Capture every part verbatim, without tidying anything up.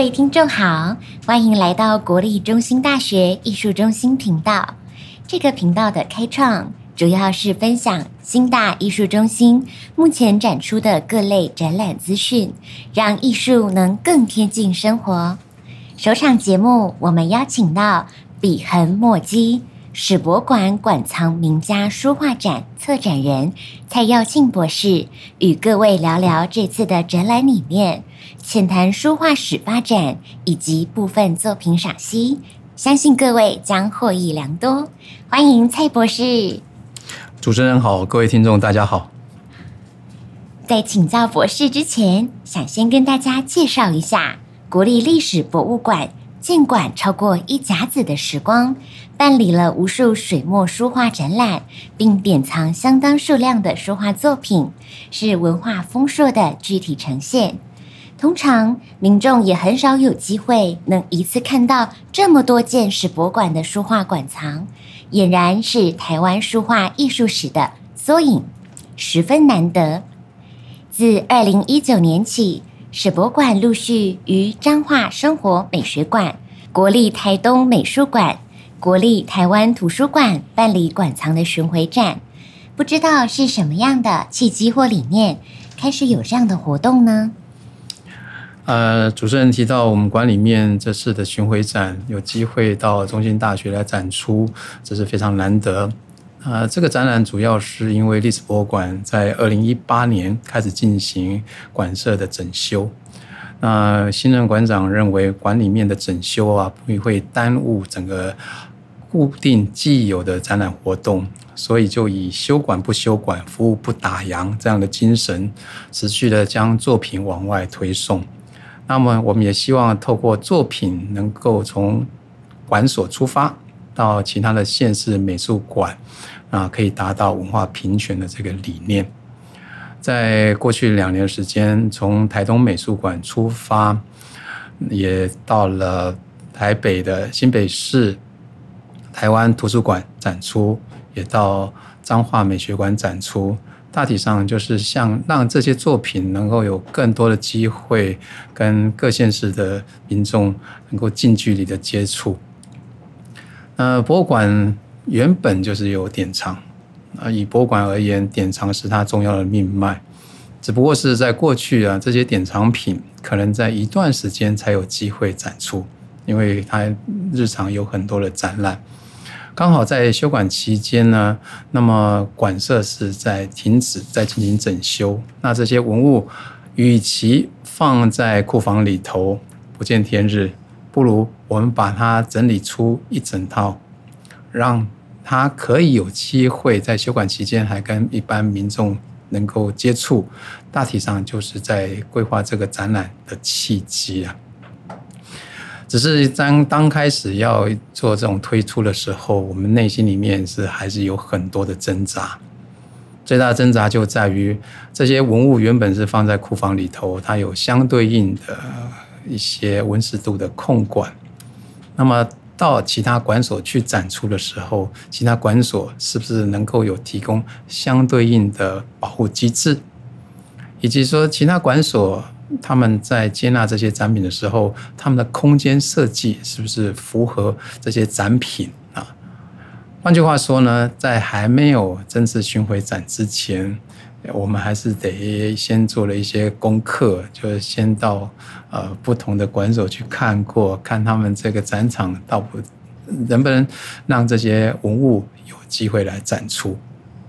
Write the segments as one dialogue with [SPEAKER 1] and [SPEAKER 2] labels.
[SPEAKER 1] 位听众好，欢迎来到国立中兴大学艺术中心频道。这个频道的开创主要是分享兴大艺术中心目前展出的各类展览资讯，让艺术能更贴近生活。首场节目我们邀请到笔痕墨迹史博馆馆藏名家书画展策展人蔡耀庆博士，与各位聊聊这次的展览理念，浅谈书画史发展以及部分作品赏析，相信各位将获益良多。欢迎蔡博士。
[SPEAKER 2] 主持人好，各位听众大家好。
[SPEAKER 1] 在请教博士之前，想先跟大家介绍一下国立历史博物馆建馆超过一甲子的时光，办理了无数水墨书画展览，并典藏相当数量的书画作品，是文化丰硕的具体呈现。通常民众也很少有机会能一次看到这么多件史博馆的书画馆藏，俨然是台湾书画艺术史的缩影，十分难得。自二零一九年起，史博馆陆续于彰化生活美学馆、国立台东美术馆、国立台湾图书馆办理馆藏的巡回展。不知道是什么样的契机或理念，开始有这样的活动呢？
[SPEAKER 2] 呃，主持人提到我们馆里面这次的巡回展有机会到中兴大学来展出，这是非常难得。呃，这个展览主要是因为历史博物馆在二零一八年开始进行馆舍的整修。那新任馆长认为馆里面的整修啊，不会耽误整个固定既有的展览活动，所以就以修馆不修馆，服务不打烊这样的精神，持续的将作品往外推送。那么我们也希望透过作品能够从馆所出发，到其他的县市美术馆啊，可以达到文化平权的这个理念。在过去两年的时间，从台东美术馆出发，也到了台北的新北市台湾图书馆展出，也到彰化美学馆展出。大体上就是像让这些作品能够有更多的机会跟各县市的民众能够近距离的接触。呃，博物馆原本就是有典藏，呃，以博物馆而言，典藏是它重要的命脉。只不过是在过去啊，这些典藏品可能在一段时间才有机会展出，因为它日常有很多的展览。刚好在休馆期间呢，那么馆舍是在停止，在进行整修。那这些文物与其放在库房里头不见天日，不如我们把它整理出一整套，让它可以有机会在休馆期间还跟一般民众能够接触。大体上就是在规划这个展览的契机啊。只是当当开始要做这种推出的时候，我们内心里面是还是有很多的挣扎。最大的挣扎就在于这些文物原本是放在库房里头，它有相对应的一些温湿度的控管。那么到其他馆所去展出的时候，其他馆所是不是能够有提供相对应的保护机制，以及说其他馆所他们在接纳这些展品的时候，他们的空间设计是不是符合这些展品啊？换句话说呢，在还没有正式巡回展之前，我们还是得先做了一些功课，就是先到呃不同的馆所去看过，看他们这个展场到不能不能让这些文物有机会来展出。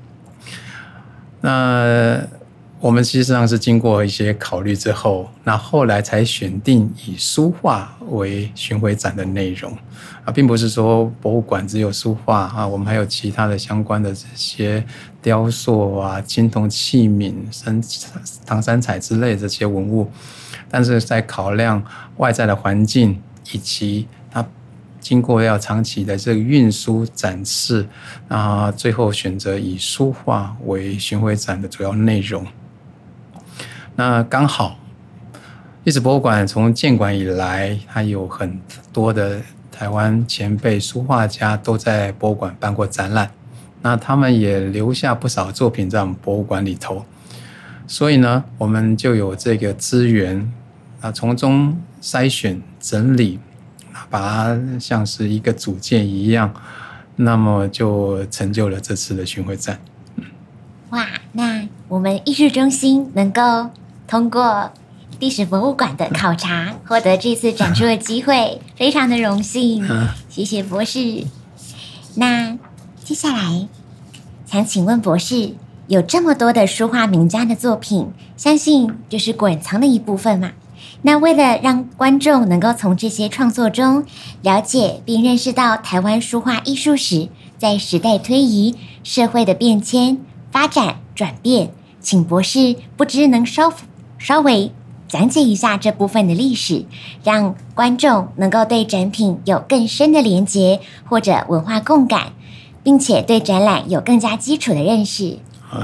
[SPEAKER 2] 那我们实际上是经过一些考虑之后，那后来才选定以书画为巡回展的内容啊，并不是说博物馆只有书画啊，我们还有其他的相关的这些雕塑啊、青铜器皿、唐三彩之类的这些文物，但是在考量外在的环境以及它经过要长期的这个运输展示啊，最后选择以书画为巡回展的主要内容。那刚好历史博物馆从建馆以来，它有很多的台湾前辈书画家都在博物馆办过展览，那他们也留下不少作品在我们博物馆里头，所以呢我们就有这个资源啊，从中筛选整理，把它像是一个组件一样，那么就成就了这次的巡回展。
[SPEAKER 1] 哇，那我们艺术中心能够通过历史博物馆的考察，获得这次展出的机会，非常的荣幸。谢谢博士。那接下来想请问博士，有这么多的书画名家的作品，相信就是馆藏的一部分嘛？那为了让观众能够从这些创作中了解并认识到台湾书画艺术史在时代推移、社会的变迁、发展转变，请博士不知能稍稍微讲解一下这部分的历史，让观众能够对展品有更深的连结或者文化共感，并且对展览有更加基础的认识。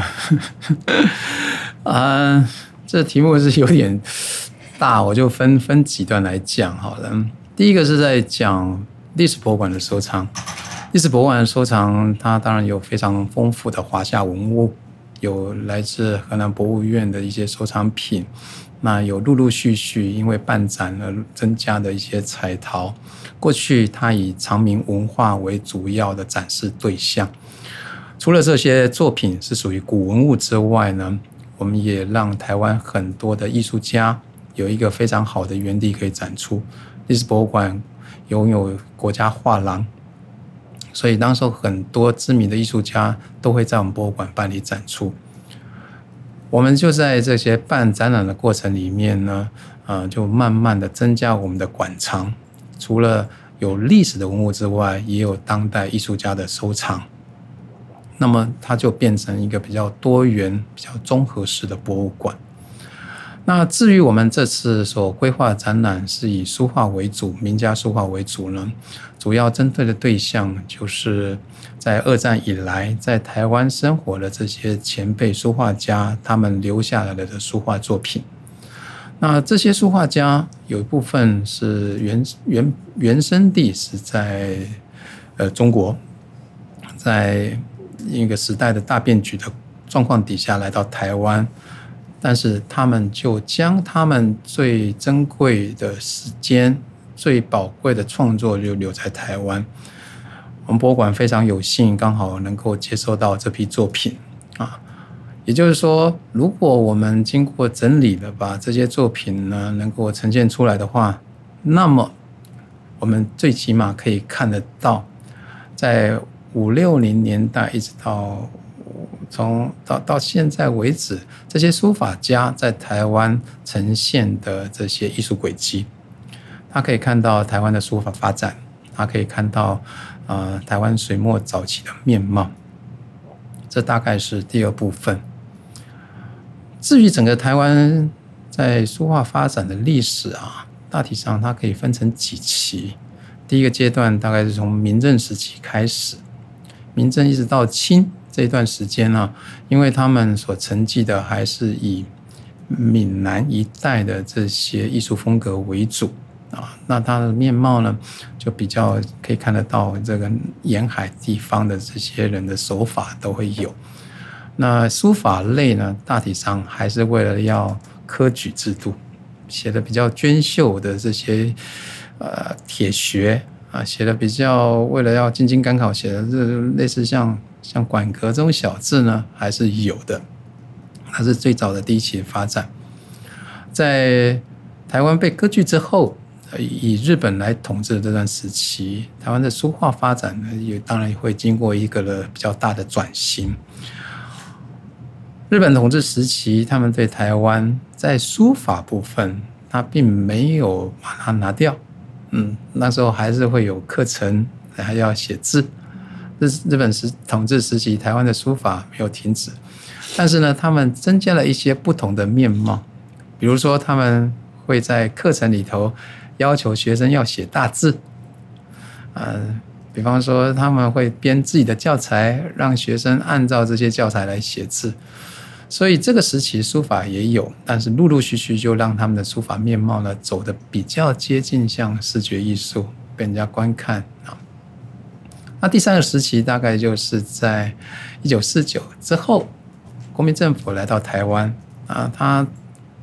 [SPEAKER 2] 啊，这题目是有点大，我就分分几段来讲好了。第一个是在讲历史博物馆的收藏。历史博物馆的收藏，它当然有非常丰富的华夏文物，有来自河南博物院的一些收藏品，那有陆陆续续因为办展而增加的一些彩陶。过去它以长明文化为主要的展示对象。除了这些作品是属于古文物之外呢，我们也让台湾很多的艺术家有一个非常好的园地可以展出。历史博物馆拥有国家画廊，所以当时候很多知名的艺术家都会在我们博物馆办理展出。我们就在这些办展览的过程里面呢，呃，就慢慢的增加我们的馆藏。除了有历史的文物之外，也有当代艺术家的收藏。那么它就变成一个比较多元、比较综合式的博物馆。那至于我们这次所规划的展览是以书画为主，名家书画为主呢，主要针对的对象就是在二战以来在台湾生活的这些前辈书画家，他们留下来的书画作品。那这些书画家有一部分是 原, 原, 原生地是在呃中国，在一个时代的大变局的状况底下来到台湾，但是他们就将他们最珍贵的时间、最宝贵的创作就留在台湾。我们博物馆非常有幸，刚好能够接收到这批作品啊。也就是说，如果我们经过整理的把这些作品呢能够呈现出来的话，那么我们最起码可以看得到，在五六零年代一直到从 到, 到现在为止，这些书法家在台湾呈现的这些艺术轨迹。他可以看到台湾的书法发展，他可以看到、呃、台湾水墨早期的面貌。这大概是第二部分。至于整个台湾在书画发展的历史啊，大体上它可以分成几期。第一个阶段大概是从明郑时期开始，明郑一直到清这一段时间呢，因为他们所承继的还是以闽南一带的这些艺术风格为主啊，那它的面貌呢，就比较可以看得到这个沿海地方的这些人的手法都会有。那书法类呢，大体上还是为了要科举制度，写的比较娟秀的这些呃帖学啊，写的比较为了要进京赶考，写的这类似像像馆阁这种小字呢，还是有的。它是最早的第一期的发展。在台湾被割据之后，以日本来统治的这段时期，台湾的书画发展呢，也当然会经过一个比较大的转型。日本统治时期，他们对台湾在书法部分，他并没有把它拿掉。嗯，那时候还是会有课程，还要写字。日日本时统治时期，台湾的书法没有停止，但是呢，他们增加了一些不同的面貌。比如说，他们会在课程里头要求学生要写大字，呃，比方说他们会编自己的教材，让学生按照这些教材来写字。所以这个时期书法也有，但是陆陆续续就让他们的书法面貌呢走得比较接近像视觉艺术，被人家观看啊。那第三个时期大概就是在一九四九之后，国民政府来到台湾啊，他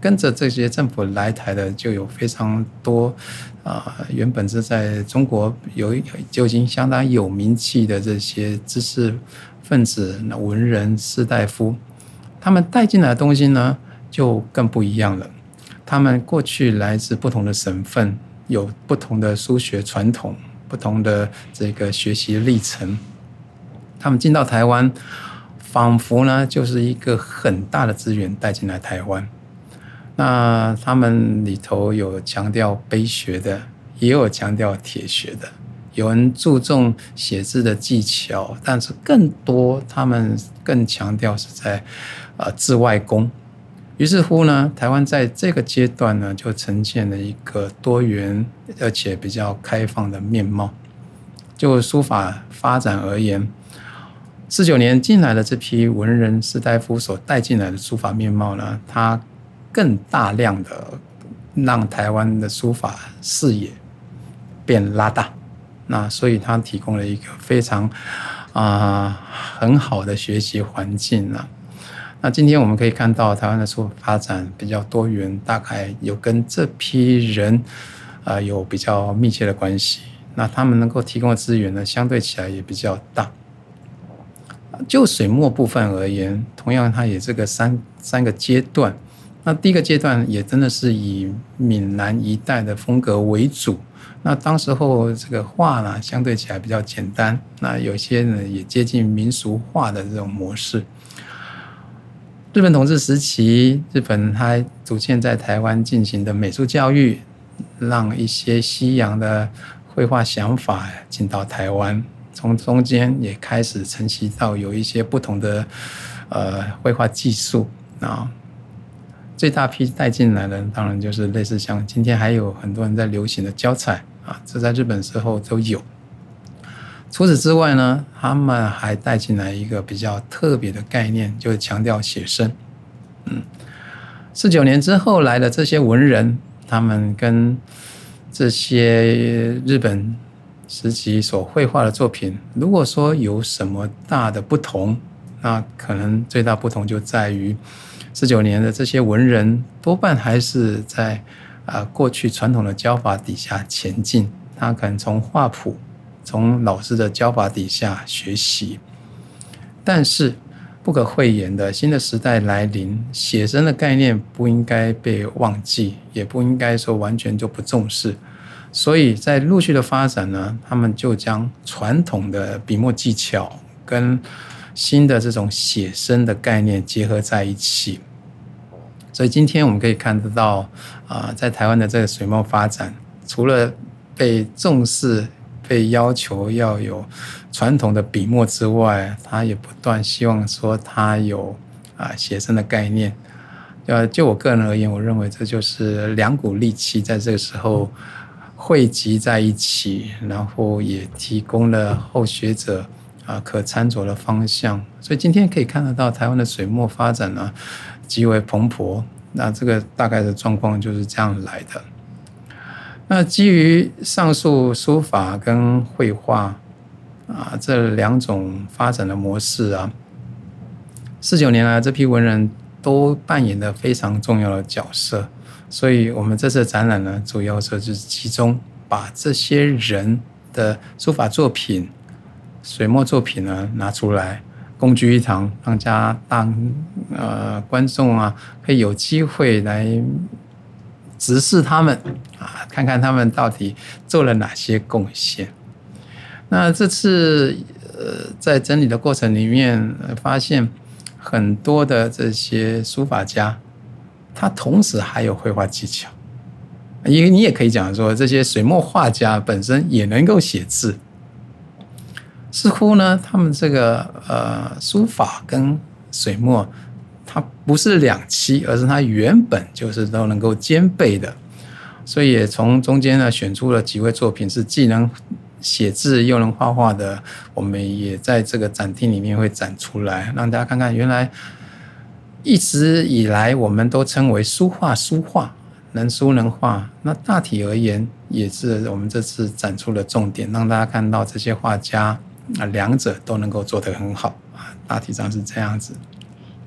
[SPEAKER 2] 跟着这些政府来台的就有非常多啊、呃，原本是在中国有就已经相当有名气的这些知识分子、文人、士大夫，他们带进来的东西呢就更不一样了。他们过去来自不同的省份，有不同的书学传统，不同的这个学习历程。他们进到台湾，仿佛呢就是一个很大的资源带进来台湾。那他们里头有强调碑学的，也有强调铁学的，有人注重写字的技巧，但是更多他们更强调是在呃字外功。于是乎呢，台湾在这个阶段呢，就呈现了一个多元而且比较开放的面貌。就书法发展而言，四九年进来的这批文人士大夫所带进来的书法面貌呢，它更大量的让台湾的书法视野变拉大，那所以它提供了一个非常啊、呃、很好的学习环境啊。那今天我们可以看到台湾的书法发展比较多元，大概有跟这批人呃有比较密切的关系。那他们能够提供的资源呢，相对起来也比较大。就水墨部分而言，同样它也这个三三个阶段。那第一个阶段也真的是以闽南一带的风格为主，那当时候这个画呢相对起来比较简单，那有些呢也接近民俗画的这种模式。日本统治时期，日本它逐渐在台湾进行的美术教育，让一些西洋的绘画想法进到台湾，从中间也开始承袭到有一些不同的呃绘画技术啊。最大批带进来的当然就是类似像今天还有很多人在流行的胶彩啊，这在日本时候都有。除此之外呢，他们还带进来一个比较特别的概念，就是强调写生。嗯，四九年之后来的这些文人，他们跟这些日本时期所绘画的作品，如果说有什么大的不同，那可能最大不同就在于四九年的这些文人多半还是在、呃、过去传统的教法底下前进，他可能从画谱从老师的教法底下学习。但是不可讳言的，新的时代来临，写生的概念不应该被忘记，也不应该说完全就不重视。所以在陆续的发展呢，他们就将传统的笔墨技巧跟新的这种写生的概念结合在一起。所以今天我们可以看得到、呃、在台湾的这个水墨发展，除了被重视被要求要有传统的笔墨之外，他也不断希望说他有、呃、写生的概念。呃，就我个人而言，我认为这就是两股力气在这个时候汇集在一起，然后也提供了后学者啊，可参酌的方向。所以今天可以看得到台湾的水墨发展呢极为蓬勃，那这个大概的状况就是这样来的。那基于上述书法跟绘画啊这两种发展的模式啊，四九年来这批文人都扮演了非常重要的角色。所以我们这次的展览呢，主要就是集中把这些人的书法作品水墨作品呢拿出来共聚一堂，让家当呃观众啊可以有机会来直视他们啊，看看他们到底做了哪些贡献。那这次呃在整理的过程里面、呃、发现很多的这些书法家，他同时还有绘画技巧。因为你也可以讲说，这些水墨画家本身也能够写字。似乎呢，他们这个呃书法跟水墨，它不是两栖，而是它原本就是都能够兼备的。所以也从中间呢选出了几位作品是既能写字又能画画的，我们也在这个展厅里面会展出来，让大家看看原来一直以来我们都称为书画书画，能书能画，那大体而言也是我们这次展出的重点，让大家看到这些画家两者都能够做得很好，大体上是这样子。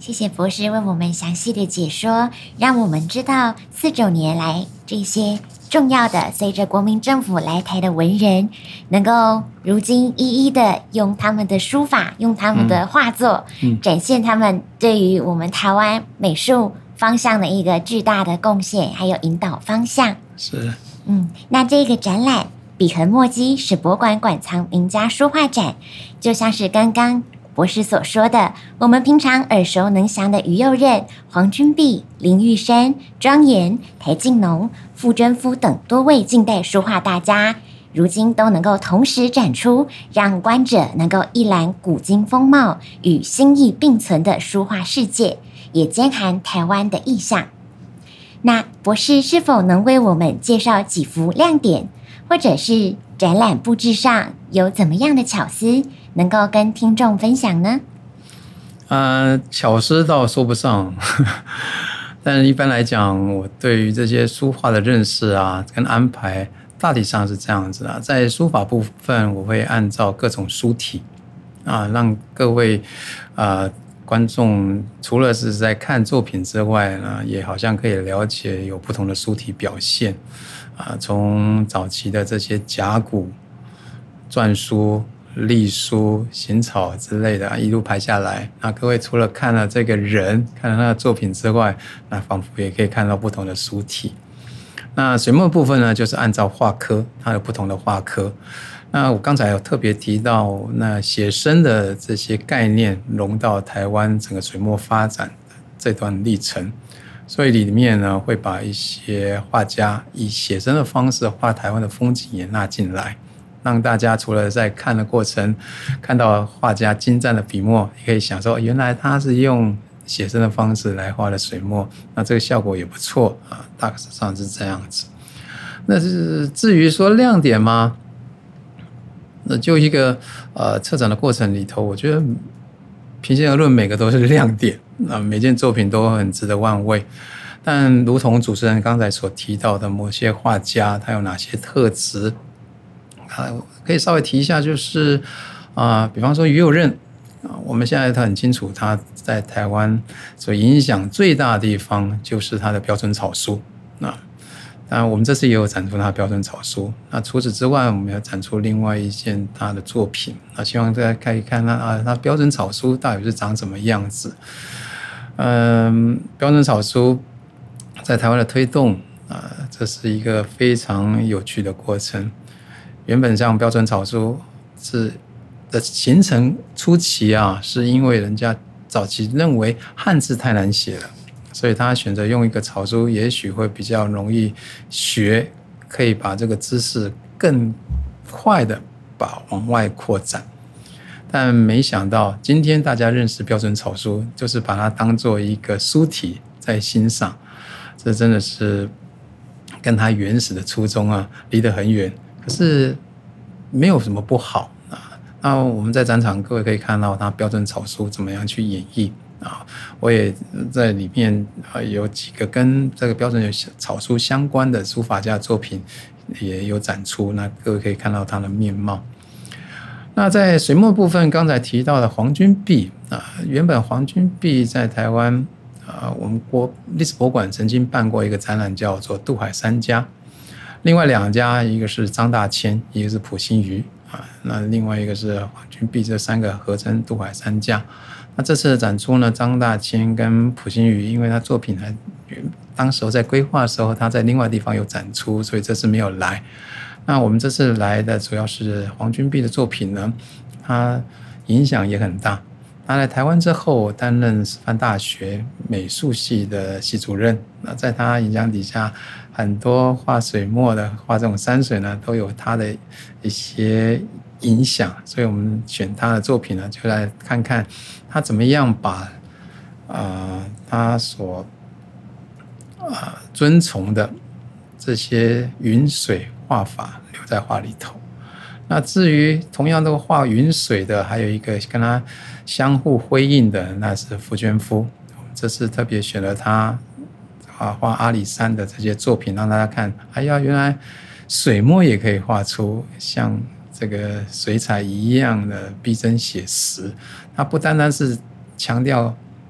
[SPEAKER 1] 谢谢博士为我们详细的解说，让我们知道四九年来这些重要的随着国民政府来台的文人，能够如今一一的用他们的书法，用他们的画作，嗯嗯、展现他们对于我们台湾美术方向的一个巨大的贡献，还有引导方向。
[SPEAKER 2] 是，
[SPEAKER 1] 嗯，那这个展览笔痕墨迹史博馆馆藏名家书画展，就像是刚刚博士所说的，我们平常耳熟能详的于右任、黄君璧、林玉山、庄严、台静农、傅征夫等多位近代书画大家，如今都能够同时展出，让观者能够一览古今风貌与新意并存的书画世界，也兼含台湾的意象。那博士是否能为我们介绍几幅亮点，或者是展览布置上有怎么样的巧思，能够跟听众分享呢？
[SPEAKER 2] 呃，巧思倒说不上，但是一般来讲，我对于这些书画的认识啊，跟安排大体上是这样子啊。在书法部分，我会按照各种书体啊，让各位呃观众除了是在看作品之外呢，也好像可以了解有不同的书体表现啊，从早期的这些甲骨、篆书、隶书、行草之类的一路排下来，那各位除了看了这个人，看了他的作品之外，那仿佛也可以看到不同的书体。那水墨部分呢，就是按照画科，它有不同的画科。那我刚才有特别提到，那写生的这些概念融到台湾整个水墨发展这段历程，所以里面呢会把一些画家以写生的方式画台湾的风景也纳进来，让大家除了在看的过程看到画家精湛的笔墨，也可以想说原来他是用写生的方式来画的水墨，那这个效果也不错啊，大致上是这样子。那是至于说亮点吗？那就一个呃策展的过程里头，我觉得平心而论，每个都是亮点，那每件作品都很值得玩味。但如同主持人刚才所提到的，某些画家他有哪些特质啊？可以稍微提一下，就是啊、呃，比方说于右任啊，我们现在他很清楚，他在台湾所影响最大的地方就是他的标准草书啊。当然我们这次也有展出他的标准草书，那除此之外我们要展出另外一件他的作品，那希望大家可以看看啊，他标准草书到底是长什么样子。嗯，标准草书在台湾的推动啊，这是一个非常有趣的过程。原本像标准草书是的形成初期啊，是因为人家早期认为汉字太难写了，所以他选择用一个草书，也许会比较容易学，可以把这个知识更快的把往外扩展。但没想到今天大家认识标准草书，就是把它当做一个书体在欣赏，这真的是跟它原始的初衷啊离得很远。可是没有什么不好啊。那我们在展场，各位可以看到它标准草书怎么样去演绎啊。我也在里面啊有几个跟这个标准草书相关的书法家的作品也有展出，那各位可以看到它的面貌。那在水墨部分，刚才提到的黄君璧啊，原本黄君璧在台湾啊，我们国历史博物馆曾经办过一个展览，叫做渡海三家。另外两家，一个是张大千，一个是溥心畬啊，那另外一个是黄君璧，这三个合称渡海三家。那这次的展出呢，张大千跟溥心畬，因为他作品还当时候在规划的时候，他在另外地方有展出，所以这次没有来。那我们这次来的主要是黄君璧的作品呢，他影响也很大。他来台湾之后担任师范大学美术系的系主任，那在他影响底下，很多画水墨的、画这种山水呢，都有他的一些影响。所以我们选他的作品呢，就来看看他怎么样把呃他所呃遵从的这些云水画法留在画里头。那至于同样都画云水的，还有一个跟他相互辉映的，那是傅捐夫。我们这次特别选了他啊画阿里山的这些作品，让大家看，哎呀，原来水墨也可以画出像这个水彩一样的逼真写实。它不单单是强调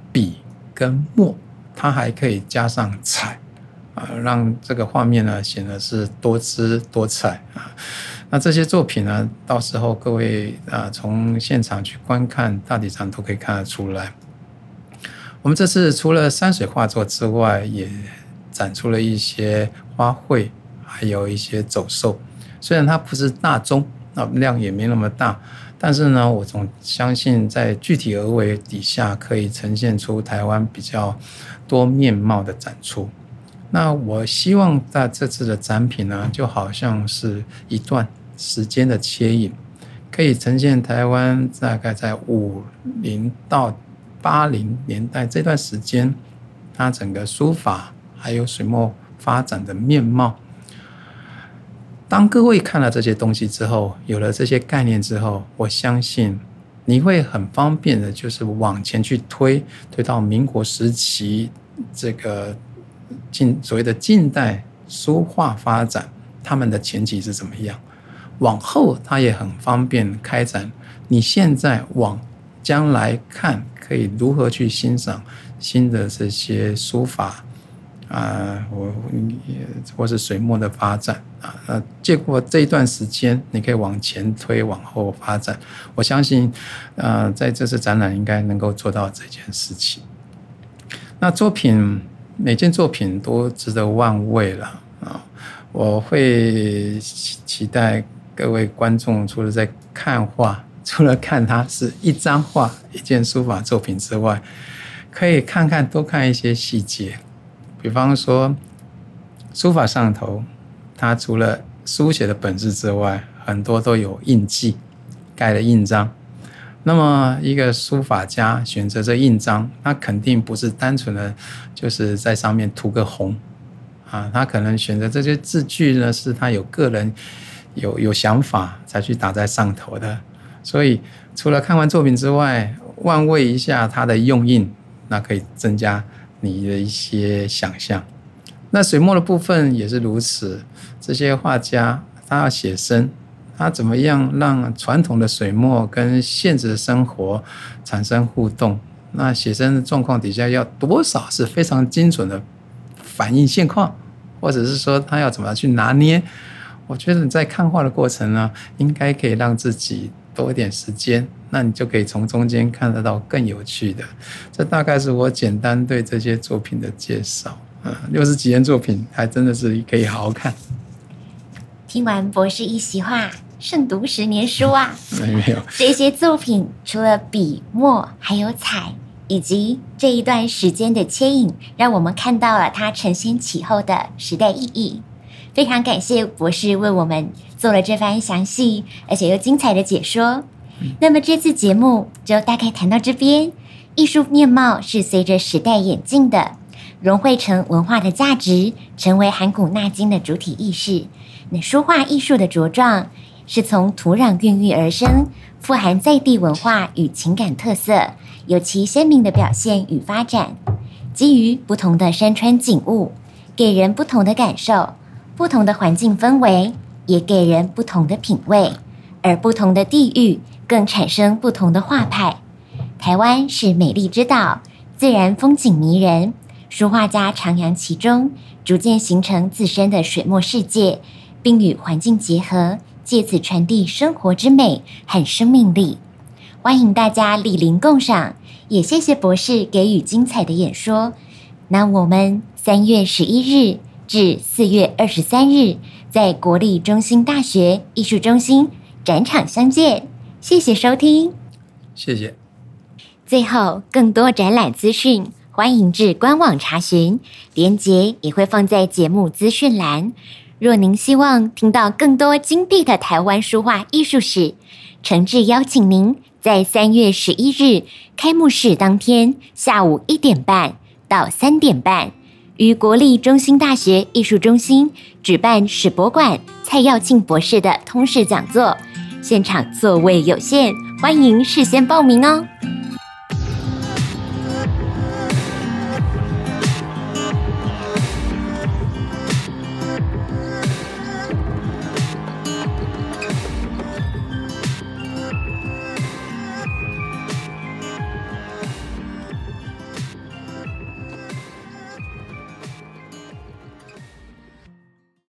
[SPEAKER 2] 笔跟墨，它还可以加上彩啊，让这个画面呢显得是多姿多彩啊。那这些作品呢，到时候各位啊从现场去观看大体上都可以看得出来。我们这次除了山水画作之外，也展出了一些花卉，还有一些走兽。虽然它不是大宗，量也没那么大，但是呢，我总相信在具体而为底下，可以呈现出台湾比较多面貌的展出。那我希望在这次的展品呢，就好像是一段时间的切影，可以呈现台湾大概在五零到八零年代这段时间，它整个书法还有水墨发展的面貌。当各位看了这些东西之后，有了这些概念之后，我相信你会很方便的，就是往前去推，推到民国时期这个近所谓的近代书画发展，他们的前期是怎么样？往后它也很方便开展。你现在往将来看，可以如何去欣赏新的这些书法啊，我或是水墨的发展啊，那借过这一段时间，你可以往前推，往后发展。我相信，呃，在这次展览应该能够做到这件事情。那作品每件作品都值得玩味了啊！我会期待各位观众除了在看画，除了看它是一张画、一件书法作品之外，可以看看多看一些细节。比方说书法上头，它除了书写的本质之外，很多都有印记盖了印章。那么一个书法家选择这印章，他肯定不是单纯的就是在上面涂个红啊，他可能选择这些字句呢，是他有个人有有想法才去打在上头的。所以除了看完作品之外，玩味一下它的用印，那可以增加你的一些想象。那水墨的部分也是如此，这些画家他要写生，他怎么样让传统的水墨跟现实的生活产生互动？那写生的状况底下要多少是非常精准的反映现况，或者是说他要怎么去拿捏？我觉得你在看画的过程呢，应该可以让自己多一点时间，那你就可以从中间看得到更有趣的。这大概是我简单对这些作品的介绍。嗯，六十几件作品还真的是可以好好看。
[SPEAKER 1] 听完博士一席话，胜读十年书啊！
[SPEAKER 2] 没有
[SPEAKER 1] 这些作品除了笔墨还有彩，以及这一段时间的牵引，让我们看到了它承先启后的时代意义。非常感谢博士为我们做了这番详细而且又精彩的解说。嗯、那么这次节目就大概谈到这边。艺术面貌是随着时代演进的，融汇成文化的价值，成为含古纳今的主体意识。那书画艺术的茁壮是从土壤孕育而生，富含在地文化与情感特色，有其鲜明的表现与发展。基于不同的山川景物，给人不同的感受，不同的环境氛围，也给人不同的品味，而不同的地域更产生不同的画派。台湾是美丽之岛，自然风景迷人，书画家徜徉其中，逐渐形成自身的水墨世界，并与环境结合，借此传递生活之美和生命力。欢迎大家莅临共赏，也谢谢博士给予精彩的演说。那我们三月十一日至四月二十三日，在国立中兴大学艺术中心展场相见。谢谢收听，
[SPEAKER 2] 谢谢。
[SPEAKER 1] 最后，更多展览资讯，欢迎至官网查询，连结也会放在节目资讯栏。若您希望听到更多精辟的台湾书画艺术史，诚挚邀请您在三月十一日开幕式当天下午一点半到三点半，于国立中兴大学艺术中心举办史博馆蔡耀庆博士的通识讲座，现场座位有限，欢迎事先报名哦。